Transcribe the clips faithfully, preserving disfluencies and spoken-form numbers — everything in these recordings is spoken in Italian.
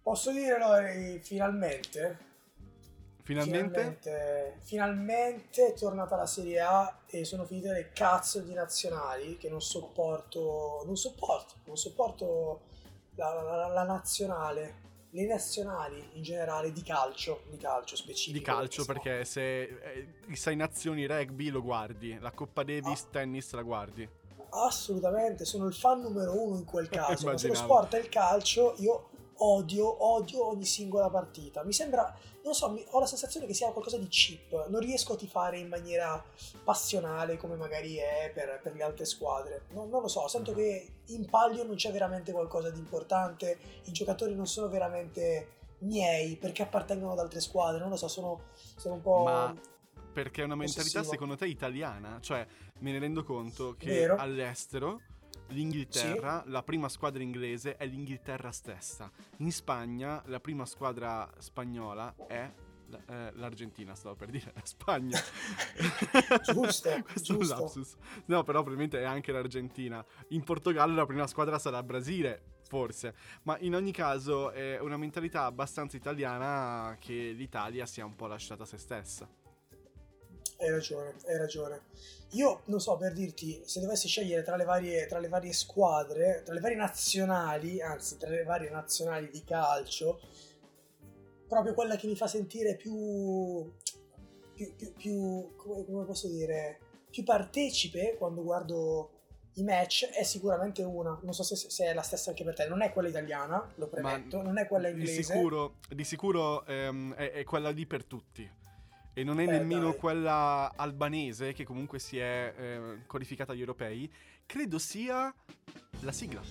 Posso dire, Lori, finalmente, Finalmente? finalmente, finalmente è tornata la Serie A e sono finite le cazzo di nazionali che non sopporto, non sopporto, non sopporto la, la- la nazionale, le nazionali in generale di calcio, di calcio Di specifico perché calcio, sennò... perché se eh, i Sei Nazioni rugby lo guardi, la Coppa Ah, Davis tennis la guardi. assolutamente, sono il fan numero uno in quel caso, ma se lo Immaginavo. sport è il calcio, io odio, odio ogni singola partita. Mi sembra, non so, mi- ho la sensazione che sia qualcosa di cheap, non riesco a tifare in maniera passionale come magari è per, per le altre squadre. Non, non lo so, sento Ah. che in palio non c'è veramente qualcosa di importante, i giocatori non sono veramente miei perché appartengono ad altre squadre, non lo so, sono, sono un po' Ma perché è una mentalità ossessivo. secondo te italiana? Cioè, me ne rendo conto che Vero? all'estero Sì? l'Inghilterra, la prima squadra inglese è l'Inghilterra stessa. In Spagna la prima squadra spagnola è l- eh, l'Argentina, stavo per dire la Spagna. Giusto, Questo è un giusto. lapsus. No, però probabilmente è anche l'Argentina. In Portogallo la prima squadra sarà il Brasile, forse. Ma in ogni caso è una mentalità abbastanza italiana che l'Italia sia un po' lasciata a se stessa. Hai ragione, hai ragione. Io non so, per dirti, se dovessi scegliere tra le varie, tra le varie squadre, tra le varie nazionali, anzi tra le varie nazionali di calcio, proprio quella che mi fa sentire più, più, più, più come, come posso dire, più partecipe quando guardo i match è sicuramente una. Non so se, se è la stessa anche per te. Non è quella italiana, lo Ma premetto, non è quella di inglese. sicuro, di sicuro ehm, è, è quella lì per tutti. E non è Eh nemmeno dai. quella albanese, che comunque si è eh, qualificata agli europei. Credo sia la sigla.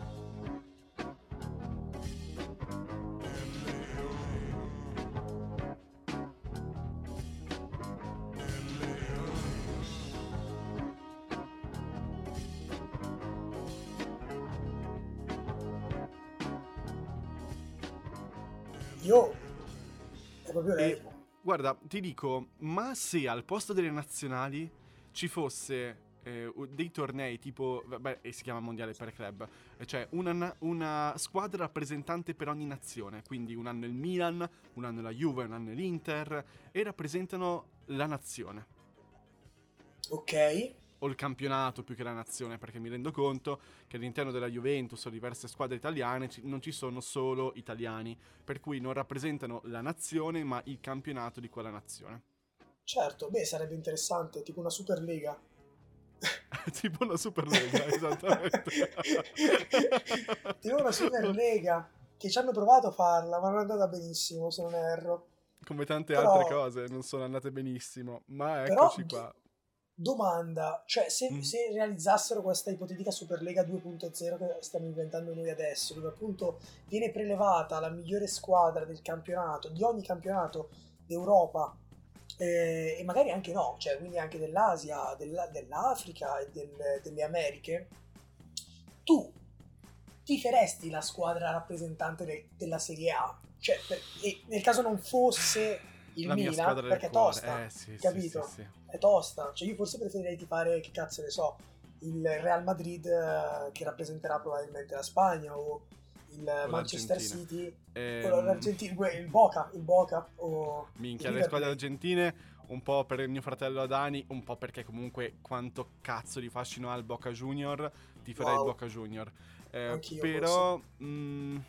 Io è proprio lei. E guarda, ti dico, ma se al posto delle nazionali ci fosse eh, dei tornei tipo, vabbè, e si chiama mondiale per club, eh, cioè una, na- una squadra rappresentante per ogni nazione, quindi un anno il Milan, un anno la Juve, un anno l'Inter, e rappresentano la nazione. Ok. O il campionato più che la nazione, perché mi rendo conto che all'interno della Juventus o diverse squadre italiane ci- non ci sono solo italiani, per cui non rappresentano la nazione ma il campionato di quella nazione. Certo, beh, sarebbe interessante, tipo una Superlega. Tipo una Superlega, esattamente. Tipo una Superlega, che ci hanno provato a farla, ma non è andata benissimo, se non erro. Come tante altre Però, cose non sono andate benissimo, ma però eccoci do- qua. domanda, cioè se, Mm, se realizzassero questa ipotetica Superlega due punto zero che stiamo inventando noi adesso, dove appunto viene prelevata la migliore squadra del campionato, di ogni campionato d'Europa, eh, e magari anche no, cioè quindi anche dell'Asia, della- dell'Africa e del- delle Americhe, tu tiferesti la squadra rappresentante de- della Serie A? Cioè, per- e nel caso non fosse il la mia Milan, squadra del perché è cuore, tosta, eh sì, sì, sì, capito? sì. È tosta. Cioè, io forse preferirei tifare, che cazzo ne so, il Real Madrid eh, che rappresenterà probabilmente la Spagna o il O Manchester l'Argentina. City o Ehm, l'Argentina, il Boca, il Boca o il Minchia, le River squadre Plate. argentine, un po' per il mio fratello Adani, un po' perché comunque quanto cazzo di fascino ha il Boca Junior, ti farei il Wow, Boca Junior. Eh, anch'io forse. però, mh,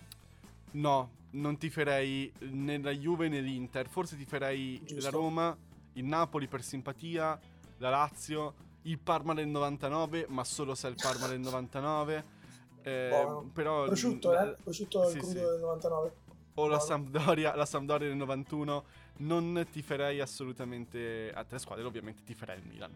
no, non ti farei né la Juve né l'Inter, forse ti farei la Giusto? Roma, il Napoli per simpatia, la Lazio, il Parma del novantanove, ma solo se è il Parma del novantanove. Eh, Buono. però, mh, Prosciutto, la- eh? la- Prosciutto il sì, crudo sì. del novantanove. O la Buono. Sampdoria, la Sampdoria del novantuno, non ti farei assolutamente a tre squadre, ovviamente ti farei il Milan.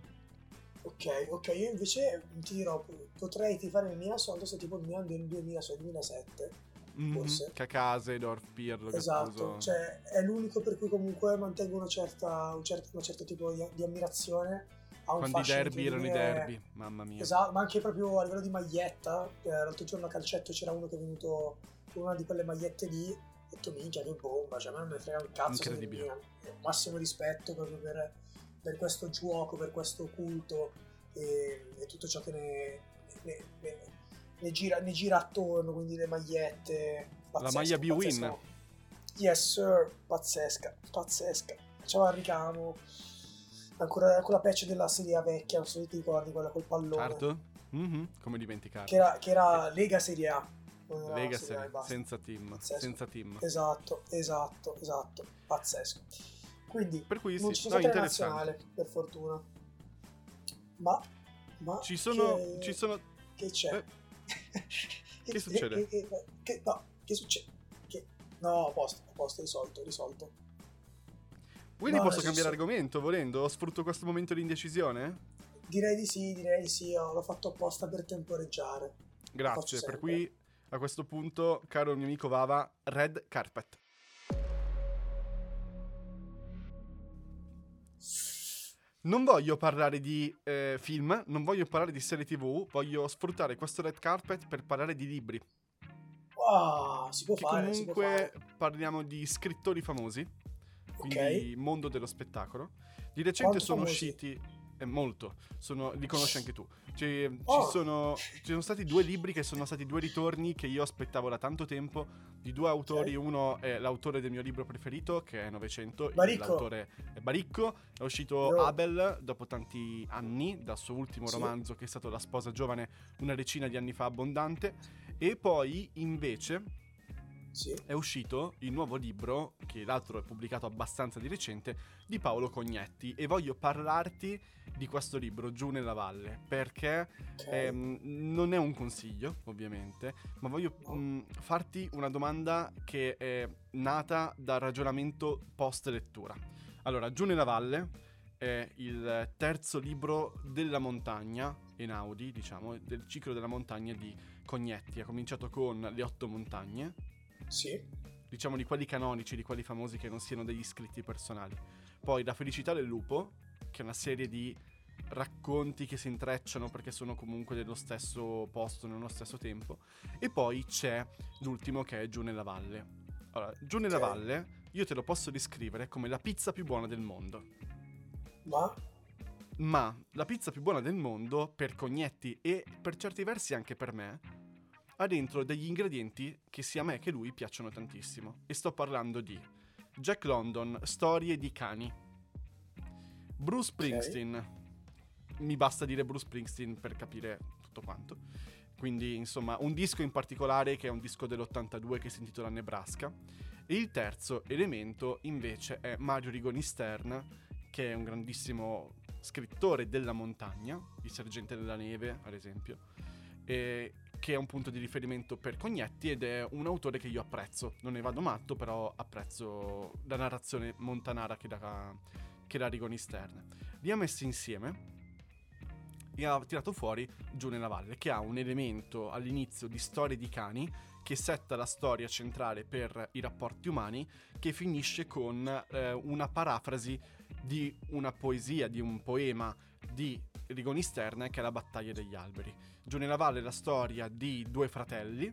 Ok, ok, io invece ti dirò, potrei tifare il Milan soltanto se tipo il Milan del duemila, cioè duemilasette, Mhm. forse. Kakà, Seedorf, Pirlo, Esatto, Gattuso. cioè è l'unico per cui comunque mantengo una certa, un certo, un certo tipo di, di ammirazione, ha un Quando i fascino derby erano i incredibile, derby, mamma mia. esatto, ma anche proprio a livello di maglietta, eh, l'altro giorno a calcetto c'era uno che è venuto con una di quelle magliette lì, ho detto minchia che bomba, cioè a me non me ne frega un cazzo se del Incredibile. Milan, massimo rispetto proprio per, per questo gioco, per questo culto e, e tutto ciò che ne, ne- ne- ne gira, ne gira attorno, quindi le magliette. pazzesco, La maglia B-Win. pazzesco. Yes sir, pazzesca, pazzesca. C'era il ricamo, ancora quella patch della serie A vecchia, non so se ti ricordi, quella col pallone. Certo. Mm-hmm. Come dimenticare. Che era, che era Lega Serie A. Non era Lega Serie A e Serie, basta. senza team. Pazzesco. Senza team. Esatto, esatto, esatto. Pazzesco. Quindi Per cui non sì, ci no, sono state le interessante. nazionali, per fortuna. Ma, ma Ci sono, che, ci sono. che c'è? Eh, che succede? Che, che, che, che- no, che succede? Che, no, a posto, a posto, risolto, risolto. Quindi No, posso nel cambiare senso- argomento volendo? Sfrutto questo momento di indecisione? Direi di sì, direi di sì, oh, l'ho fatto apposta per temporeggiare. Lo Grazie. faccio Per sempre. cui a questo punto, caro mio amico Vava, red carpet. Non voglio parlare di eh, film, non voglio parlare di serie tv, voglio sfruttare questo red carpet per parlare di libri. Wow, si può Che fare, si può comunque fare. parliamo di scrittori famosi, quindi Ok. mondo dello spettacolo. Di recente Quanto sono famosi? usciti, è molto, sono, li conosci anche tu. Ci, ci Oh. sono, ci sono stati due libri che sono stati due ritorni che io aspettavo da tanto tempo, di due autori. Ok. Uno è l'autore del mio libro preferito, che è Novecento, Baricco. l'autore è Baricco, è uscito Yo. Abel dopo tanti anni, dal suo ultimo Sì. romanzo che è stato La sposa giovane, una decina di anni fa abbondante, e poi invece Sì. è uscito il nuovo libro, che l'altro è pubblicato abbastanza di recente, di Paolo Cognetti, e voglio parlarti di questo libro, Giù nella valle, perché Ok. ehm, non è un consiglio, ovviamente, ma voglio No. mh, farti una domanda che è nata dal ragionamento post lettura. Allora, Giù nella valle è il terzo libro della montagna, Einaudi, diciamo, del ciclo della montagna di Cognetti. Ha cominciato con Le otto montagne, Sì. diciamo di quelli canonici, di quelli famosi che non siano degli scritti personali. Poi La felicità del lupo, che è una serie di racconti che si intrecciano perché sono comunque nello stesso posto, nello stesso tempo. E poi c'è l'ultimo, che è Giù nella valle. Allora, Giù nella Ok. valle io te lo posso descrivere come la pizza più buona del mondo. Ma Ma la pizza più buona del mondo per Cognetti, e per certi versi anche per me, ha dentro degli ingredienti che sia a me che lui piacciono tantissimo. E sto parlando di Jack London, Storie di cani. Bruce Springsteen. Mi basta dire Bruce Springsteen per capire tutto quanto. Quindi, insomma, un disco in particolare che è un disco dell'ottantadue che si intitola Nebraska. E il terzo elemento invece è Mario Rigoni Stern, che è un grandissimo scrittore della montagna, Il sergente della neve, ad esempio, e che è un punto di riferimento per Cognetti, ed è un autore che io apprezzo. Non ne vado matto, però apprezzo la narrazione montanara che dà, che dà Rigoni Stern. Li ha messi insieme e ha tirato fuori Giù nella valle, che ha un elemento all'inizio di Storie di cani, che setta la storia centrale per i rapporti umani, che finisce con eh, una parafrasi di una poesia, di un poema di Rigoni Stern, che è La battaglia degli alberi. Giù nella valle è la storia di due fratelli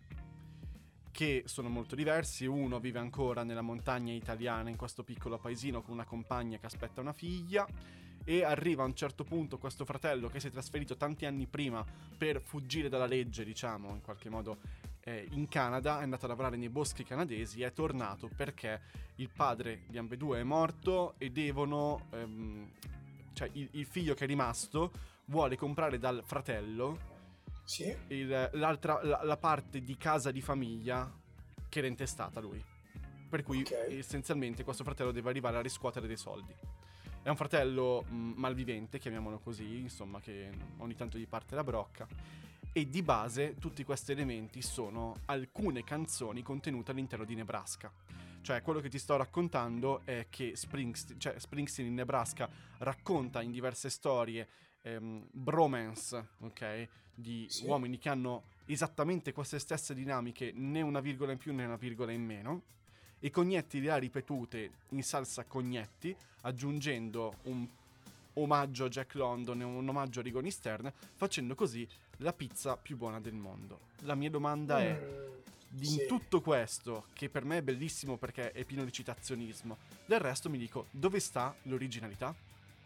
che sono molto diversi. Uno vive ancora nella montagna italiana, in questo piccolo paesino, con una compagna che aspetta una figlia, e arriva a un certo punto questo fratello che si è trasferito tanti anni prima per fuggire dalla legge, diciamo, in qualche modo eh, in Canada, è andato a lavorare nei boschi canadesi, è tornato perché il padre di ambedue è morto e devono... Ehm, cioè il, il figlio che è rimasto vuole comprare dal fratello sì. il, l'altra, la, la parte di casa di famiglia che era intestata a lui. Per cui Ok. essenzialmente questo fratello deve arrivare a riscuotere dei soldi. È un fratello mh, malvivente, chiamiamolo così, insomma, che ogni tanto gli parte la brocca. E di base tutti questi elementi sono alcune canzoni contenute all'interno di Nebraska. Cioè, quello che ti sto raccontando è che Springsteen, cioè Springsteen in Nebraska racconta in diverse storie ehm, bromance, ok? Di Sì. uomini che hanno esattamente queste stesse dinamiche, né una virgola in più né una virgola in meno. E Cognetti le ha ripetute in salsa Cognetti, aggiungendo un omaggio a Jack London e un omaggio a Rigoni Stern, facendo così la pizza più buona del mondo. La mia domanda è: Mm, di sì. in tutto questo, che per me è bellissimo perché è pieno di citazionismo, del resto mi dico, dove sta l'originalità?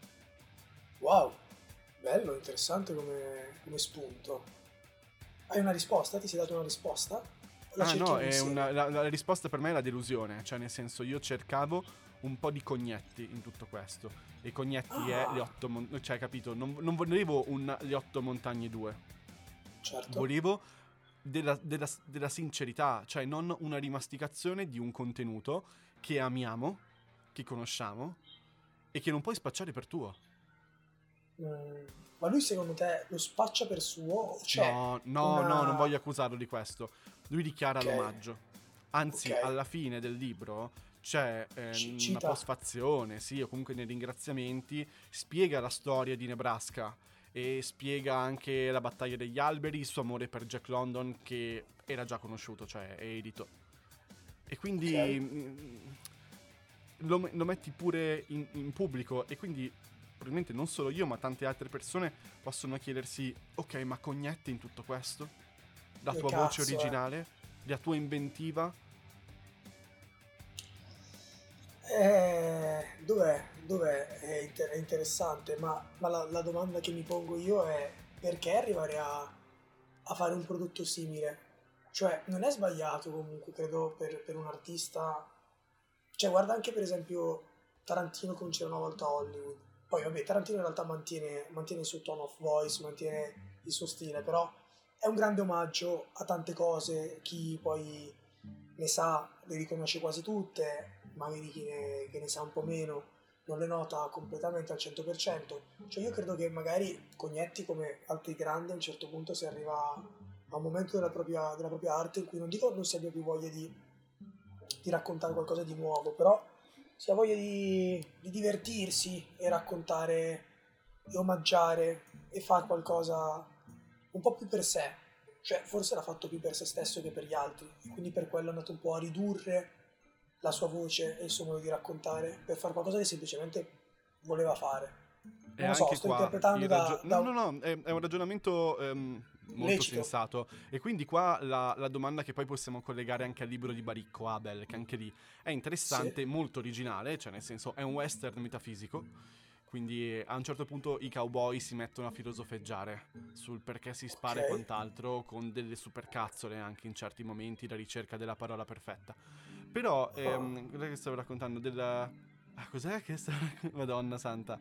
Wow, bello, interessante come, come spunto. Hai una risposta? Ti sei dato una risposta? la Ah no, cerchiamo è insieme. una, la, la risposta per me è la delusione, cioè nel senso io cercavo un po' di cognetti in tutto questo, e cognetti è le Ah, otto mon- cioè capito, non, non volevo un le otto montagne due, certo. volevo della, della, della sincerità, cioè non una rimasticazione di un contenuto che amiamo, che conosciamo e che non puoi spacciare per tuo. Mm, ma lui secondo te lo spaccia per suo? O c'è No, no, no, non una... voglio accusarlo di questo. Lui dichiara Ok, l'omaggio. ok, Anzi, alla fine del libro c'è eh, ci- una cita. postfazione, sì, o comunque nei ringraziamenti, spiega la storia di Nebraska e spiega anche la battaglia degli alberi, il suo amore per Jack London che era già conosciuto, cioè è edito. E Ok. quindi mm, lo, lo metti pure in, in pubblico e quindi probabilmente non solo io ma tante altre persone possono chiedersi ok, ma Cognetti in tutto questo? La Che tua voce cazzo, eh. originale? La tua inventiva? Eh, dov'è? Dov'è? È, inter- è interessante, ma, ma la, la domanda che mi pongo io è perché arrivare a, a fare un prodotto simile? Cioè, non è sbagliato comunque, credo, per, per un artista. Cioè, guarda anche per esempio Tarantino con C'era una volta a Hollywood. Poi, vabbè, Tarantino in realtà mantiene, mantiene il suo tone of voice, mantiene il suo stile, però è un grande omaggio a tante cose. Chi poi ne sa le riconosce quasi tutte, magari chi ne, che ne sa un po' meno non le nota completamente al cento per cento. Cioè, io credo che magari Cognetti, come altri grandi, a un certo punto si arriva a un momento della propria, della propria arte in cui non dico non si abbia più voglia di, di raccontare qualcosa di nuovo, però si ha voglia di, di divertirsi e raccontare e omaggiare e fare qualcosa un po' più per sé. Cioè, forse l'ha fatto più per se stesso che per gli altri, e quindi per quello è andato un po' a ridurre la sua voce e il suo modo di raccontare per fare qualcosa che semplicemente voleva fare. E Non lo so, anche sto qua interpretando il ragio- da, da no, no, un no, è, è un ragionamento ehm, molto lecito. sensato. E quindi qua la, la domanda che poi possiamo collegare anche al libro di Baricco, Abel, che anche lì è Sì, interessante, molto originale, cioè nel senso è un western metafisico. Quindi eh, a un certo punto i cowboy si mettono a filosofeggiare sul perché si ok. spara e quant'altro, con delle supercazzole anche in certi momenti, la ricerca della parola perfetta. Però, Ah. ehm, cosa che stavo raccontando della... Ah, cos'è che stavo raccontando? Madonna santa.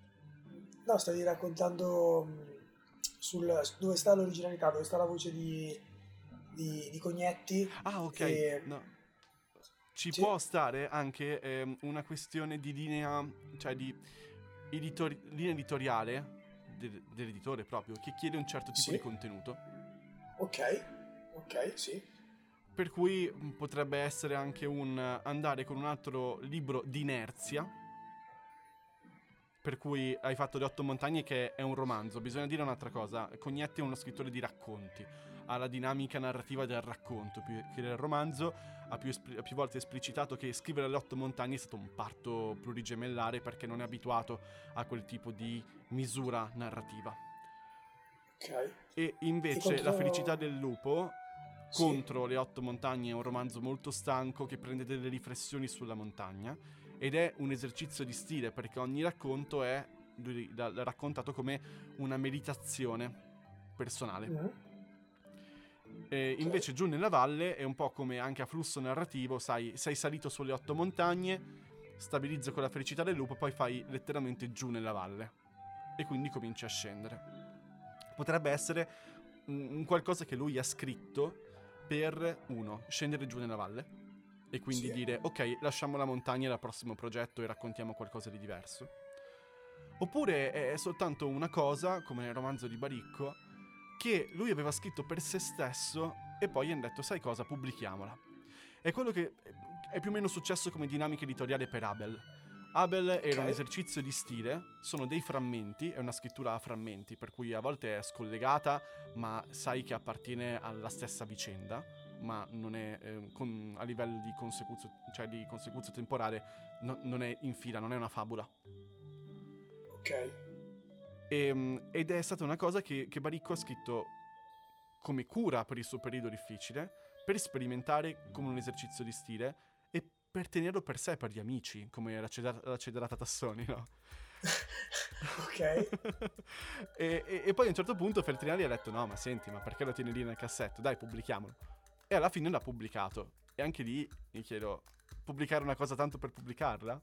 No, stavi raccontando mh, sul, su dove sta l'originalità, dove sta la voce di, di, di Cognetti Ah, ok, e... no. Ci Sì, può stare anche ehm, una questione di linea, cioè di editori- linea editoriale del- dell'editore proprio, che chiede un certo tipo di sì, contenuto. ok, ok, sì, Per cui mh, potrebbe essere anche un eh, andare con un altro libro di inerzia. Per cui hai fatto Le Otto Montagne, che è un romanzo. Bisogna dire un'altra cosa: Cognetti è uno scrittore di racconti. Ha la dinamica narrativa del racconto più che del romanzo. Ha più, espli- ha più volte esplicitato che scrivere Le Otto Montagne è stato un parto plurigemellare perché non è abituato a quel tipo di misura narrativa. ok. E E invece La felicità contro... del lupo Sì, contro Le Otto Montagne è un romanzo molto stanco che prende delle riflessioni sulla montagna ed è un esercizio di stile perché ogni racconto è lui l'ha l'ha raccontato come una meditazione personale. mhm, E ok, invece Giù nella valle è un po' come anche a flusso narrativo, sai, sei salito sulle otto montagne, stabilizzo con la felicità del lupo, poi fai letteralmente giù nella valle e quindi cominci a scendere. Potrebbe essere un, un qualcosa che lui ha scritto per, uno, scendere giù nella valle e quindi sì. dire ok, lasciamo la montagna al prossimo progetto e raccontiamo qualcosa di diverso. Oppure è soltanto una cosa, come nel romanzo di Baricco, che lui aveva scritto per se stesso e poi hanno detto sai cosa, pubblichiamola. È quello che è più o meno successo come dinamica editoriale per Abel. Abel Ok, era un esercizio di stile, sono dei frammenti, è una scrittura a frammenti, per cui a volte è scollegata, ma sai che appartiene alla stessa vicenda, ma non è eh, con- a livello di consecuzio, cioè di consecuzio temporale, no- non è in fila, non è una fabula. ok. E, ed è stata una cosa che, che Baricco ha scritto come cura per il suo periodo difficile, per sperimentare come un esercizio di stile e per tenerlo per sé, per gli amici, come la, cedar- la Cederata Tassoni, no? Ok, e, e- e poi a un certo punto Feltrinelli ha detto no ma senti, ma perché lo tieni lì nel cassetto? Dai, pubblichiamolo. e alla fine l'ha pubblicato. E anche lì mi chiedo, pubblicare una cosa tanto per pubblicarla?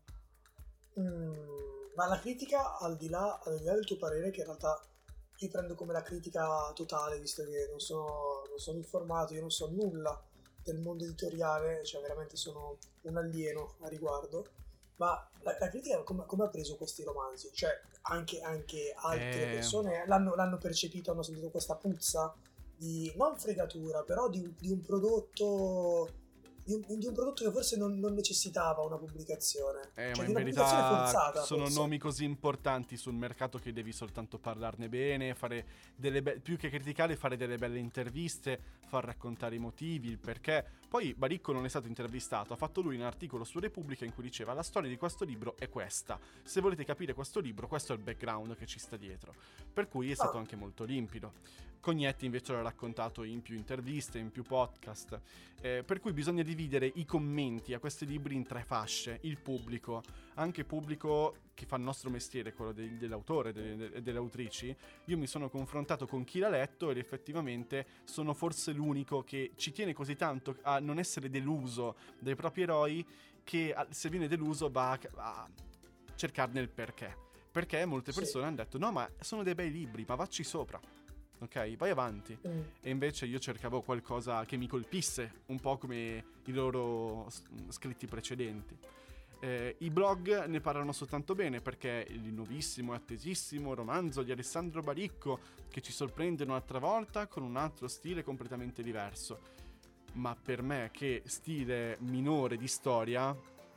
Mm, ma la critica, al di là, al di là del tuo parere, che in realtà io prendo come la critica totale, visto che non sono, non sono informato, io non so nulla del mondo editoriale, cioè veramente sono un alieno a riguardo, ma la, la critica come, come ha preso questi romanzi? Cioè anche, anche altre Eh, persone l'hanno, l'hanno percepito, hanno sentito questa puzza di, non fregatura, però di, un- di un prodotto di un, di un prodotto che forse non, non necessitava una pubblicazione, Eh, ma cioè di in una pubblicazione verità forzata sono forse. nomi così importanti sul mercato che devi soltanto parlarne bene, fare delle be- più che criticare, fare delle belle interviste, far raccontare i motivi, il perché. Poi Baricco non è stato intervistato, ha fatto lui un articolo su Repubblica in cui diceva: la storia di questo libro è questa, se volete capire questo libro, questo è il background che ci sta dietro. Per cui è stato Ah, anche molto limpido. Cognetti invece l'ha raccontato in più interviste, in più podcast, eh, per cui bisogna dividere i commenti a questi libri in tre fasce: il pubblico, anche pubblico che fa il nostro mestiere, quello de- dell'autore e de- de- delle autrici. Io mi sono confrontato con chi l'ha letto ed effettivamente sono forse l'unico che ci tiene così tanto a non essere deluso dai propri eroi, che a- se viene deluso va a, a cercarne il perché. Perché molte sì. persone hanno detto: no, ma sono dei bei libri, ma vacci sopra. Ok, vai avanti. Mm. E invece io cercavo qualcosa che mi colpisse, un po' come i loro s- scritti precedenti. Eh, I blog ne parlano soltanto bene, perché il nuovissimo e attesissimo romanzo di Alessandro Baricco, che ci sorprende un'altra volta con un altro stile completamente diverso. Ma per me, che stile minore di storia,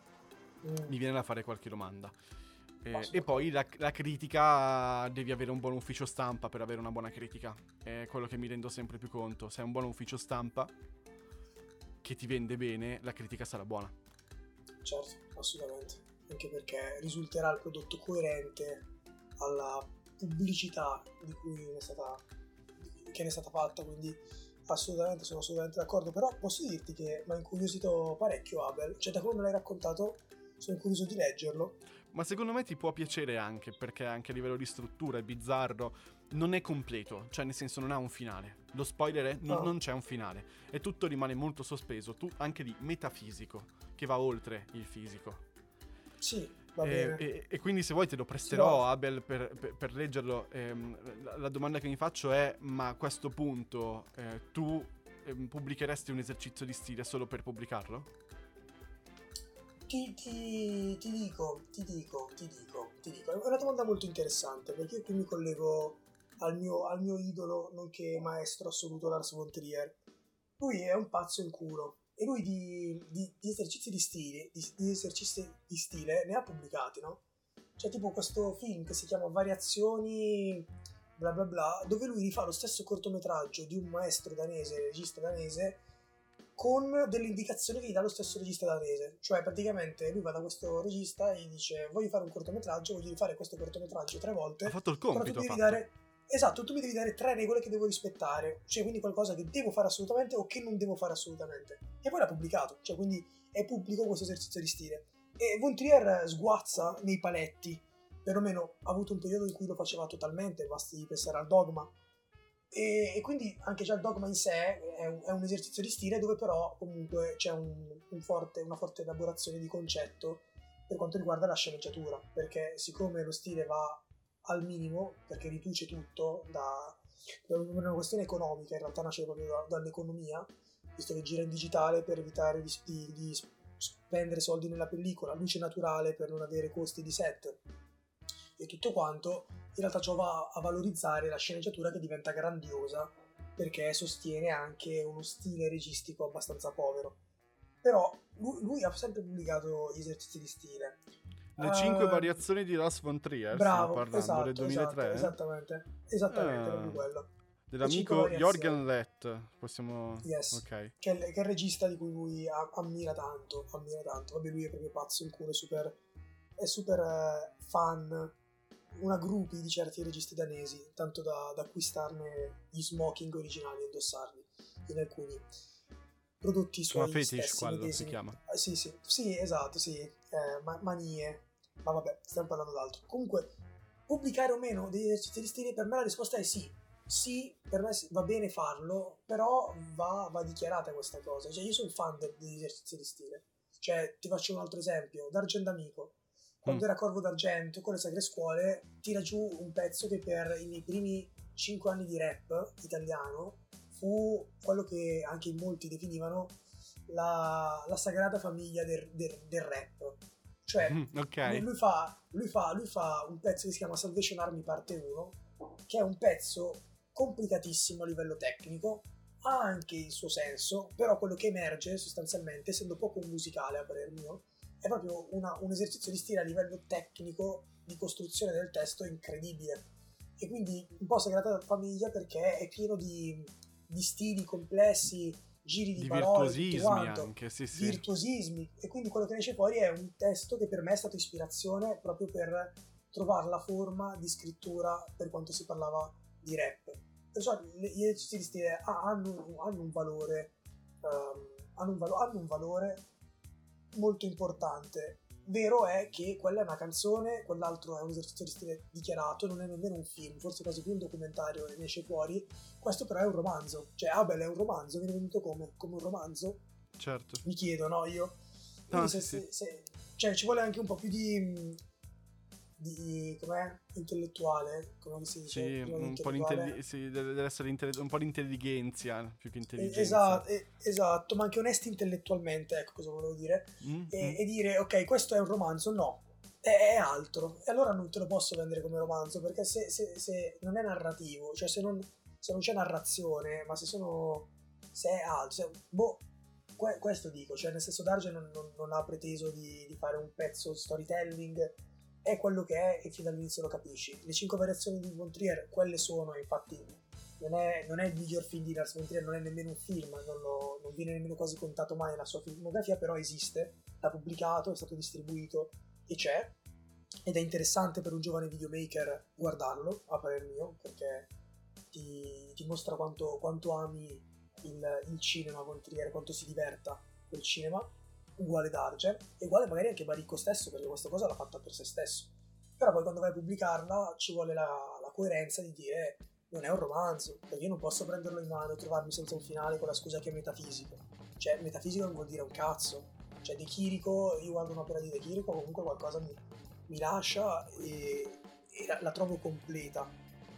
Mm. mi viene da fare qualche domanda. Ma Eh, sono e poi d'accordo. la, la critica, devi avere un buon ufficio stampa per avere una buona critica. È quello che mi rendo sempre più conto. Se hai un buon ufficio stampa che ti vende bene, la critica sarà buona. Certo, assolutamente, anche perché risulterà il prodotto coerente alla pubblicità di cui ne è stata, di- che ne è stata fatta, quindi assolutamente, sono assolutamente d'accordo. Però posso dirti che mi ha incuriosito parecchio Abel, cioè da come me l'hai raccontato sono curioso di leggerlo. Ma secondo me ti può piacere anche, perché anche a livello di struttura è bizzarro. Non è completo, cioè nel senso non ha un finale. Lo spoiler è, non, Ah, non c'è un finale. E tutto rimane molto sospeso, tu, anche di metafisico, che va oltre il fisico. sì, va E, bene, e- e quindi se vuoi te lo ce l'ho. presterò, Abel, per, per- per leggerlo. Ehm, la, la domanda che mi faccio è: ma a questo punto eh, tu ehm, pubblicheresti un esercizio di stile solo per pubblicarlo? Ti, ti- ti dico, ti dico, ti dico, ti dico, è una domanda molto interessante perché io qui mi collego al mio, al mio idolo, nonché maestro assoluto Lars von Trier. Lui è un pazzo in culo e lui di, di- di esercizi di stile, di, di esercizi di stile ne ha pubblicati, no? C'è tipo questo film che si chiama Variazioni bla bla bla, dove lui rifà lo stesso cortometraggio di un maestro danese, regista danese, con delle indicazioni che gli dà lo stesso regista danese. Cioè praticamente lui va da questo regista e gli dice: voglio fare un cortometraggio, voglio rifare questo cortometraggio tre Ha volte, fatto il però tu compito, ha mi devi fatto. dare... Esatto, tu mi devi dare tre regole che devo rispettare, cioè quindi qualcosa che devo fare assolutamente o che non devo fare assolutamente. E poi l'ha pubblicato, cioè quindi è pubblico questo esercizio di stile. E Von Trier sguazza nei paletti, perlomeno ha avuto un periodo in cui lo faceva totalmente, basti pensare al Dogma. E, e quindi anche già il Dogma in sé è un, è un esercizio di stile dove però comunque c'è un, un forte, una forte elaborazione di concetto per quanto riguarda la sceneggiatura, perché siccome lo stile va al minimo, perché riduce tutto da, da una questione economica, in realtà nasce proprio da- dall'economia, visto che gira in digitale per evitare di, di- di spendere soldi nella pellicola, luce naturale per non avere costi di set e tutto quanto, in realtà ciò va a valorizzare la sceneggiatura che diventa grandiosa perché sostiene anche uno stile registico abbastanza povero. Però lui, lui ha sempre pubblicato gli esercizi di stile. Le cinque Ehm, variazioni di Lars von Trier, stiamo Bravo, parlando, del esatto, esatto, duemilatré? esattamente, esattamente, Ah, proprio quello. Le cinque dell'amico variazioni, Jorgen Lett, possiamo... yes, Ok. che è, il, che è il regista di cui lui a- ammira tanto, ammira tanto. Vabbè, lui è proprio pazzo in culo, è super, è super eh, fan, una groupie di certi registi danesi, tanto da, da acquistarne gli smoking originali e indossarli in alcuni prodotti Insomma, suoi fetish stessi quello si medesimi. chiama. Eh, sì, sì, sì, esatto, sì, eh, ma- manie, ma vabbè, stiamo parlando d'altro. Comunque, pubblicare o meno degli esercizi di stile, per me la risposta è sì. sì, per me va bene farlo, però va, va dichiarata questa cosa. Cioè, io sono fan de- degli esercizi di stile. Cioè, ti faccio un altro esempio. D'Argento Amico. Mm. Quando era Corvo d'Argento, con le Sacre Scuole, tira giù un pezzo che per i miei primi cinque anni di rap italiano fu quello che anche in molti definivano la, la sagrata famiglia del, del, del rap. Cioè, lui, Ok. lui fa, lui, fa, lui fa un pezzo che si chiama Salvation Army parte uno, che è un pezzo complicatissimo a livello tecnico, ha anche il suo senso, però quello che emerge sostanzialmente, essendo poco musicale a parer mio, è proprio una, un esercizio di stile a livello tecnico di costruzione del testo incredibile. E quindi un po' Sagrada Famiglia perché è pieno di, di stili complessi, giri di Di parole, tutto virtuosismi quanto, anche, sì sì. virtuosismi. E quindi quello che ne esce fuori è un testo che per me è stato ispirazione proprio per trovare la forma di scrittura per quanto si parlava di rap. Perciò gli esercizi di stile hanno, hanno un valore, um, hanno, un valo- hanno un valore molto importante. Vero è che quella è una canzone, quell'altro è un esercizio di stile dichiarato, non è nemmeno un film, forse quasi più un documentario che ne esce fuori. Questo però è un romanzo, cioè Abel è un romanzo, viene venuto come? Come un romanzo? Certo. Mi chiedo, no? Io. No, Quindi se, sì sì. se, se, cioè ci vuole anche un po' più di, di com'è? Intellettuale, come si dice? Sì, Prima di un po' intellettuale. l'intelli- sì, deve deve essere intelli- un po' di intelligenza più che intelligenza. Esatto, esatto, ma anche onesti intellettualmente, ecco cosa volevo dire. Mm, E, mm. e dire, ok, questo è un romanzo, no, è, è altro. E allora non te lo posso vendere come romanzo, perché se, se- se non è narrativo, cioè se non, se non c'è narrazione, ma se sono... se è altro, se- boh, que- questo dico, cioè nel senso Darge non, non- non ha preteso di, di fare un pezzo storytelling, è quello che è e fino all'inizio lo capisci. Le cinque variazioni di Von Trier, quelle sono, infatti non è, non è il miglior film di Lars von Trier, non è nemmeno un film, non, lo, non viene nemmeno quasi contato mai nella sua filmografia, però esiste, l'ha pubblicato, è stato distribuito e c'è, ed è interessante per un giovane videomaker guardarlo, a parer mio, perché ti, ti mostra quanto, quanto ami il, il cinema von Trier, quanto si diverta col cinema, uguale Darge, e uguale magari anche Baricco stesso, perché questa cosa l'ha fatta per se stesso. Però poi quando vai a pubblicarla ci vuole la, la coerenza di dire non è un romanzo, perché io non posso prenderlo in mano e trovarmi senza un finale con la scusa che è metafisico. Cioè, metafisico non vuol dire un cazzo. Cioè, De Chirico, io guardo un'opera di De Chirico, comunque qualcosa mi, mi lascia e, e la, la trovo completa.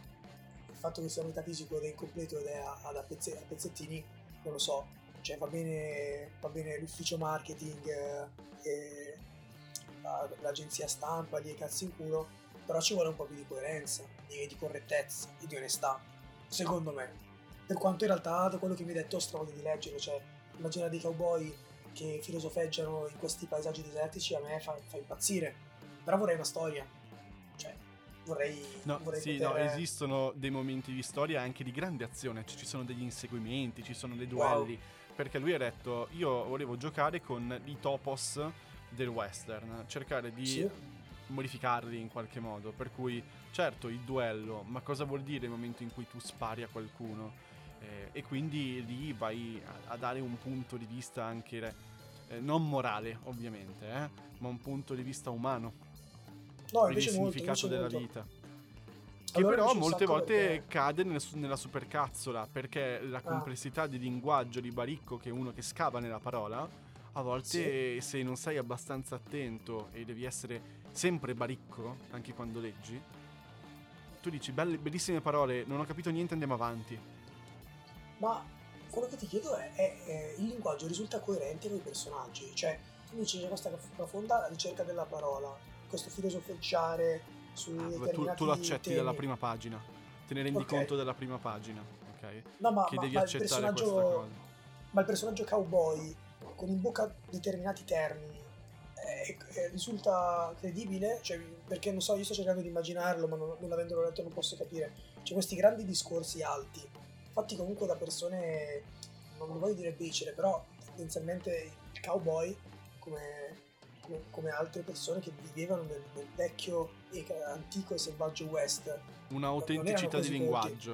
Il fatto che sia metafisico ed è incompleto ed è a, a, a pezze- a pezzettini, non lo so. Cioè, va bene, va bene l'ufficio marketing eh, e la- l'agenzia stampa, lì e cazzi in culo, però ci vuole un po' più di coerenza, di, di correttezza e di onestà, secondo me. Per quanto in realtà da quello che mi hai detto ho di leggere, cioè immagina dei cowboy che filosofeggiano in questi paesaggi desertici, a me fa, fa impazzire, però vorrei una storia, cioè vorrei, No, vorrei sì, poter... no, esistono dei momenti di storia anche di grande azione, cioè ci sono degli inseguimenti, ci sono dei Wow, duelli, perché lui ha detto io volevo giocare con i topos del western, cercare di sì, modificarli in qualche modo, per cui certo il duello, ma cosa vuol dire il momento in cui tu spari a qualcuno? Eh, e quindi lì vai a, a dare un punto di vista anche, eh, non morale ovviamente, eh, ma un punto di vista umano, no quindi il invece molto, significato invece della molto, vita. Che allora però invece un molte sacco volte perché... cade nel su- nella supercazzola, perché la Ah, complessità di linguaggio di Baricco, che è uno che scava nella parola, a sì, volte se non sei abbastanza attento e devi essere sempre Baricco, anche quando leggi, tu dici belle, bellissime parole, non ho capito niente, andiamo avanti. ma quello che ti chiedo è, è, è il linguaggio risulta coerente con i personaggi, cioè tu mi dici c'è questa profonda ricerca della parola, questo filosofeggiare su Ah, vabbè, tu, tu lo determinati accetti dalla temi, prima pagina, te ne rendi ok, conto dalla prima pagina, ok? no ma, Che ma, devi ma il accettare questa personaggio, cosa. ma il personaggio cowboy con in bocca determinati termini eh, eh, risulta credibile? Cioè, perché non so, io sto cercando di immaginarlo, ma non, non avendolo letto non posso capire. C'è questi grandi discorsi alti, fatti comunque da persone, non voglio dire becere, però tendenzialmente il cowboy, come, come, come altre persone che vivevano nel, nel vecchio e antico e selvaggio West, non erano Un'autenticità di così colti. linguaggio.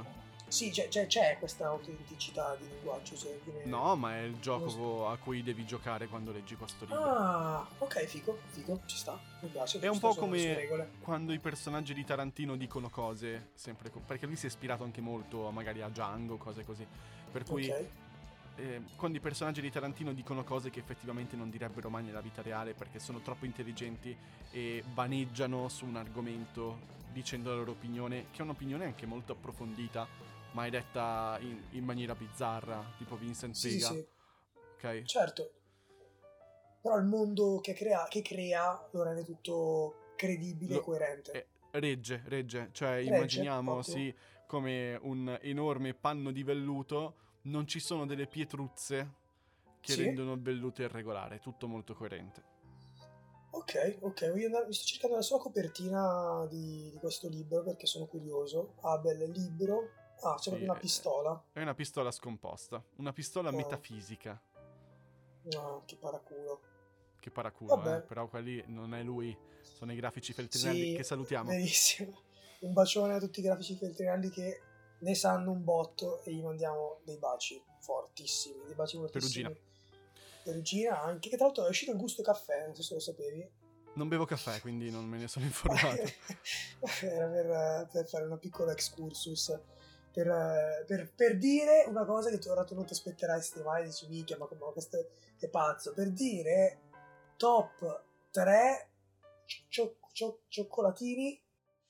Sì, c'è, c'è, c'è questa autenticità di linguaggio. Cioè, viene... No, ma è il gioco uno... a cui devi giocare quando leggi questo libro. Ah, ok, figo, figo, ci sta, mi piace. È un po' come quando i personaggi di Tarantino dicono cose, sempre co- perché lui si è ispirato anche molto magari a Django, cose così. Per cui Ok. eh, quando i personaggi di Tarantino dicono cose che effettivamente non direbbero mai nella vita reale perché sono troppo intelligenti e vaneggiano su un argomento dicendo la loro opinione, che è un'opinione anche molto approfondita, ma è detta in, in maniera bizzarra, tipo Vincent Sì, Vega. sì, Ok? certo. Però il mondo che crea, che crea lo rende tutto credibile e Lo- coerente. eh, regge, regge. Cioè, Regge? immaginiamo, Ottimo. sì, come un enorme panno di velluto, non ci sono delle pietruzze che Sì? rendono il velluto irregolare, è tutto molto coerente. Ok, ok, voglio andare- mi sto cercando la sua copertina di, di questo libro perché sono curioso. Ah, bel libro. Ah, c'è Sì, proprio una è, pistola. è una pistola scomposta, una pistola Ah, metafisica. ah, che paraculo. Che paraculo, eh, Vabbè, però quelli non è lui, sono i grafici Feltrinelli sì, che salutiamo. verissimo. Un bacione a tutti i grafici feltrinelli che ne sanno un botto e gli mandiamo dei baci fortissimi, dei baci Perugina. fortissimi. Perugina anche, che tra l'altro è uscito il gusto caffè, non so se lo sapevi. Non bevo caffè, quindi non me ne sono informato. Era per, per fare una piccola excursus, per, per, per dire una cosa che tu ora tu non ti aspetteresti mai, dici minchia, ma come questo è pazzo, per dire top tre cio- cio- cioccolatini.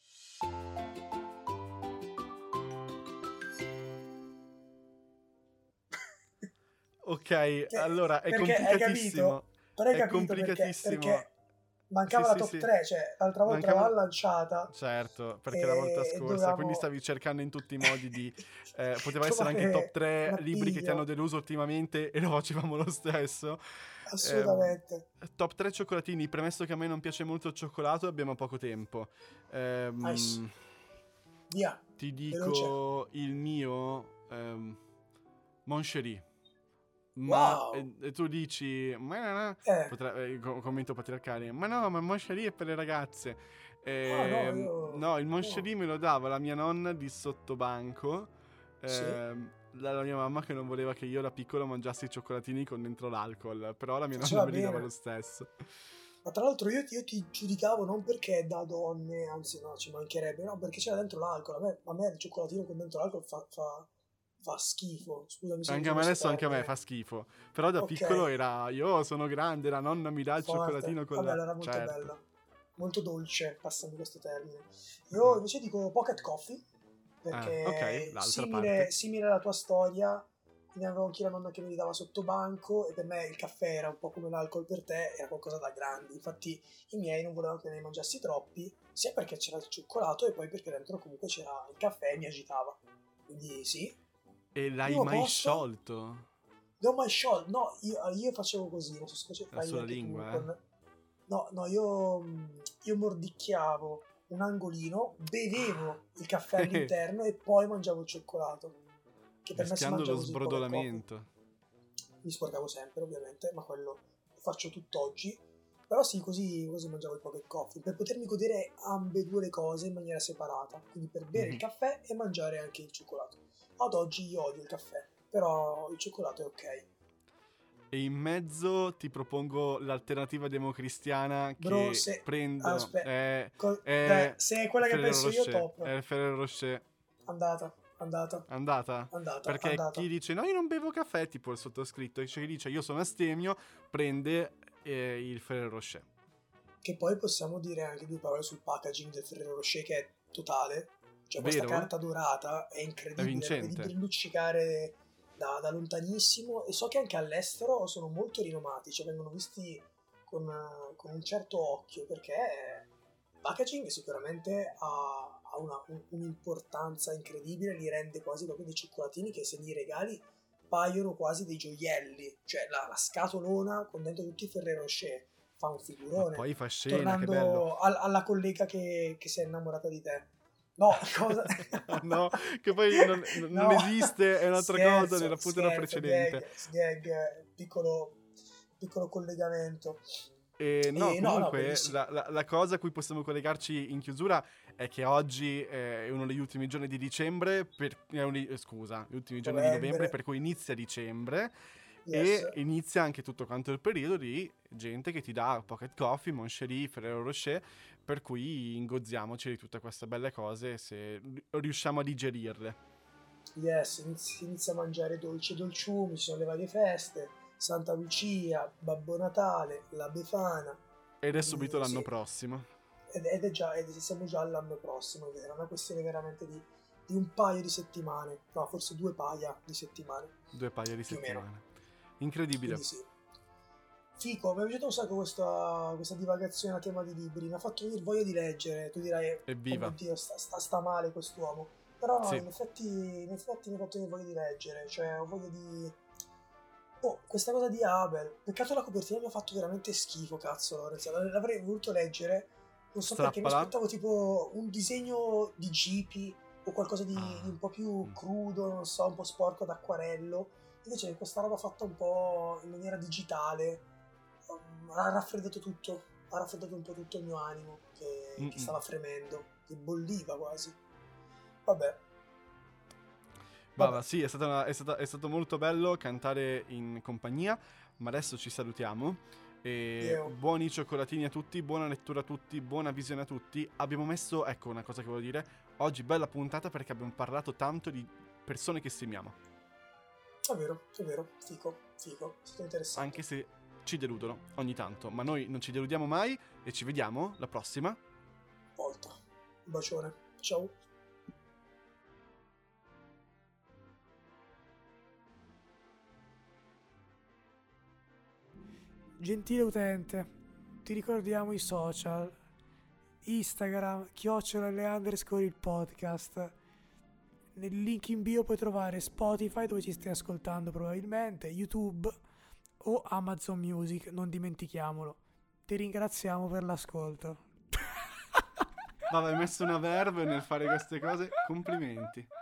Ok, Che, allora è perché hai complicatissimo. capito? Però hai È capito perché? complicatissimo. Perché Sì, mancava la sì, top sì. tre, cioè l'altra volta Mancava l'aveva una... lanciata Certo, perché la volta e scorsa, quindi dovevamo stavi cercando in tutti i modi di... eh, poteva essere anche top trovare tre un libri che ti hanno appiglio, deluso ultimamente e lo facevamo lo stesso. Ehm, assolutamente. top tre cioccolatini, premesso che a me non piace molto il cioccolato, abbiamo poco tempo. Nice. Ehm, Via, ti veloce. dico il mio... ehm, Mon Chéri. Ma Wow. e, e tu dici, ma no, no, Eh. potre- eh, co- commento patriarcale, ma no, ma il Mon Chéri è per le ragazze. Ah no, Ehm, io... no, il Mon No. Chéri me lo dava la mia nonna di sottobanco. Sì? ehm, la, la mia mamma che non voleva che io da piccolo mangiassi i cioccolatini con dentro l'alcol, però la mia nonna Faceva me li dava bene. lo stesso. Ma tra l'altro io, io ti giudicavo non perché è da donne, anzi no, ci mancherebbe, no, perché c'era dentro l'alcol. A me, a me il cioccolatino con dentro l'alcol fa, fa, fa schifo. Scusami se Anche uso a me questo adesso, anche a me fa termine. schifo. Però da Ok, piccolo era, io sono grande, la nonna mi dà il forte. cioccolatino con Vabbè, la... allora molto Certo. bella. Molto dolce, passami questo termine. Io Mm. invece dico pocket coffee, Ah, ok, perché l'altra simile, parte. simile alla tua storia, quindi avevo anche la nonna che mi dava sotto banco e per me il caffè era un po' come l'alcol per te, era qualcosa da grandi. Infatti i miei non volevano che ne mangiassi troppi, sia perché c'era il cioccolato e poi perché dentro comunque c'era il caffè e mi agitava. Quindi sì. E l'hai Primo mai posto, sciolto? non mai sciolto. No, io, io facevo così, non so se face- La fai sola anche tu lingua, eh? con... No, no, io, io mordicchiavo un angolino, bevevo il caffè all'interno e poi mangiavo il cioccolato. Che per me si Rischiando mangia lo così il pocket coffee. sbrodolamento. Mi sporcavo sempre, ovviamente, ma quello lo faccio tutt'oggi. Però sì, così, così mangiavo il pocket coffee, per potermi godere ambedue le cose in maniera separata. Quindi per bere il Mhm. caffè e mangiare anche il cioccolato. Ad oggi io odio il caffè, però il cioccolato è ok. E in mezzo ti propongo l'alternativa democristiana Bro, che se... prendo. Aspetta, È, co- beh, è se è quella che Ferrero penso io, Rocher. top. È Ferrero Rocher. Andata, andata, Andata? andata, Perché andata. chi dice no, io non bevo caffè, tipo il sottoscritto, cioè chi dice io sono astemio, prende eh, il Ferrero Rocher. Che poi possiamo dire anche due parole sul packaging del Ferrero Rocher che è totale. Cioè questa Vero? carta dorata è È incredibile, la vedi vincente. brilluccicare da, da lontanissimo e so che anche all'estero sono molto rinomati, cioè vengono visti con, eh, con un certo occhio perché il packaging sicuramente ha, ha una- un- un'importanza incredibile, li rende quasi proprio dei cioccolatini che se li regali paiono quasi dei gioielli, cioè la, la scatolona con dentro tutti i Ferrero Rocher fa un Ma figurone. poi fa scena, che bello. Tornando al- alla collega che, che si è innamorata di te. No, cosa? No, che poi non, non No, esiste, è un'altra cosa scherzo, nella puntata scherzo, precedente. gag, gag, piccolo, piccolo collegamento. E no, E no, no, comunque bellissimo. la, la- la cosa a cui possiamo collegarci in chiusura è che oggi eh, è uno degli ultimi giorni di dicembre, per, è un- eh, scusa, gli ultimi giorni di novembre, Novembre, per cui inizia dicembre yes, e inizia anche tutto quanto il periodo di gente che ti dà Pocket Coffee, Moncherie, Ferrero Rocher, per cui ingozziamoci di tutte queste belle cose se riusciamo a digerirle. yes, inizi- si inizia a mangiare dolci e dolciumi, ci sono le varie feste, Santa Lucia, Babbo Natale, la Befana, Ed è subito quindi l'anno sì, prossimo. ed, ed è già, ed siamo già all'anno prossimo, è vero, è una questione veramente di, di un paio di settimane, no, forse due paia di settimane, Due paia di più o meno, settimane. Incredibile. quindi sì. Fico, mi è piaciuta un sacco questa, questa divagazione a tema di libri, mi ha fatto venire voglia di leggere, tu dirai, oh mio Evviva. Dio, sta, sta, sta male quest'uomo, però no, Sì. in effetti, in effetti mi ha fatto venire voglia di leggere, cioè ho voglia di... Oh, questa cosa di Abel, peccato la copertina mi ha fatto veramente schifo, cazzo, Lorenz, l'avrei voluto leggere, non so perché mi Strappala. aspettavo tipo un disegno di Gipi o qualcosa di, Ah. di un po' più Mm. crudo, non so, un po' sporco d'acquarello, invece questa roba fatta un po' in maniera digitale um, ha raffreddato tutto, ha raffreddato un po' tutto il mio animo che, che Mm-mm. stava fremendo, che bolliva quasi. Vabbè. Bava, Vabbè. sì, è, stata una- è, stata- è stato molto bello cantare in compagnia, ma adesso ci salutiamo. E Io. buoni cioccolatini a tutti, buona lettura a tutti, buona visione a tutti. Abbiamo messo, ecco una cosa che volevo dire, oggi bella puntata perché abbiamo parlato tanto di persone che stimiamo, È vero, è vero, fico, fico, è stato interessante. anche se ci deludono ogni tanto, ma noi non ci deludiamo mai e ci vediamo la prossima. Volta. Un bacione. Ciao. Gentile utente, ti ricordiamo i social. Instagram, chiocciola le underscore il podcast. Nel link in bio puoi trovare Spotify, dove ci stai ascoltando probabilmente, YouTube o Amazon Music, non dimentichiamolo. Ti ringraziamo per l'ascolto. Bava, hai messo una verve nel fare queste cose, complimenti.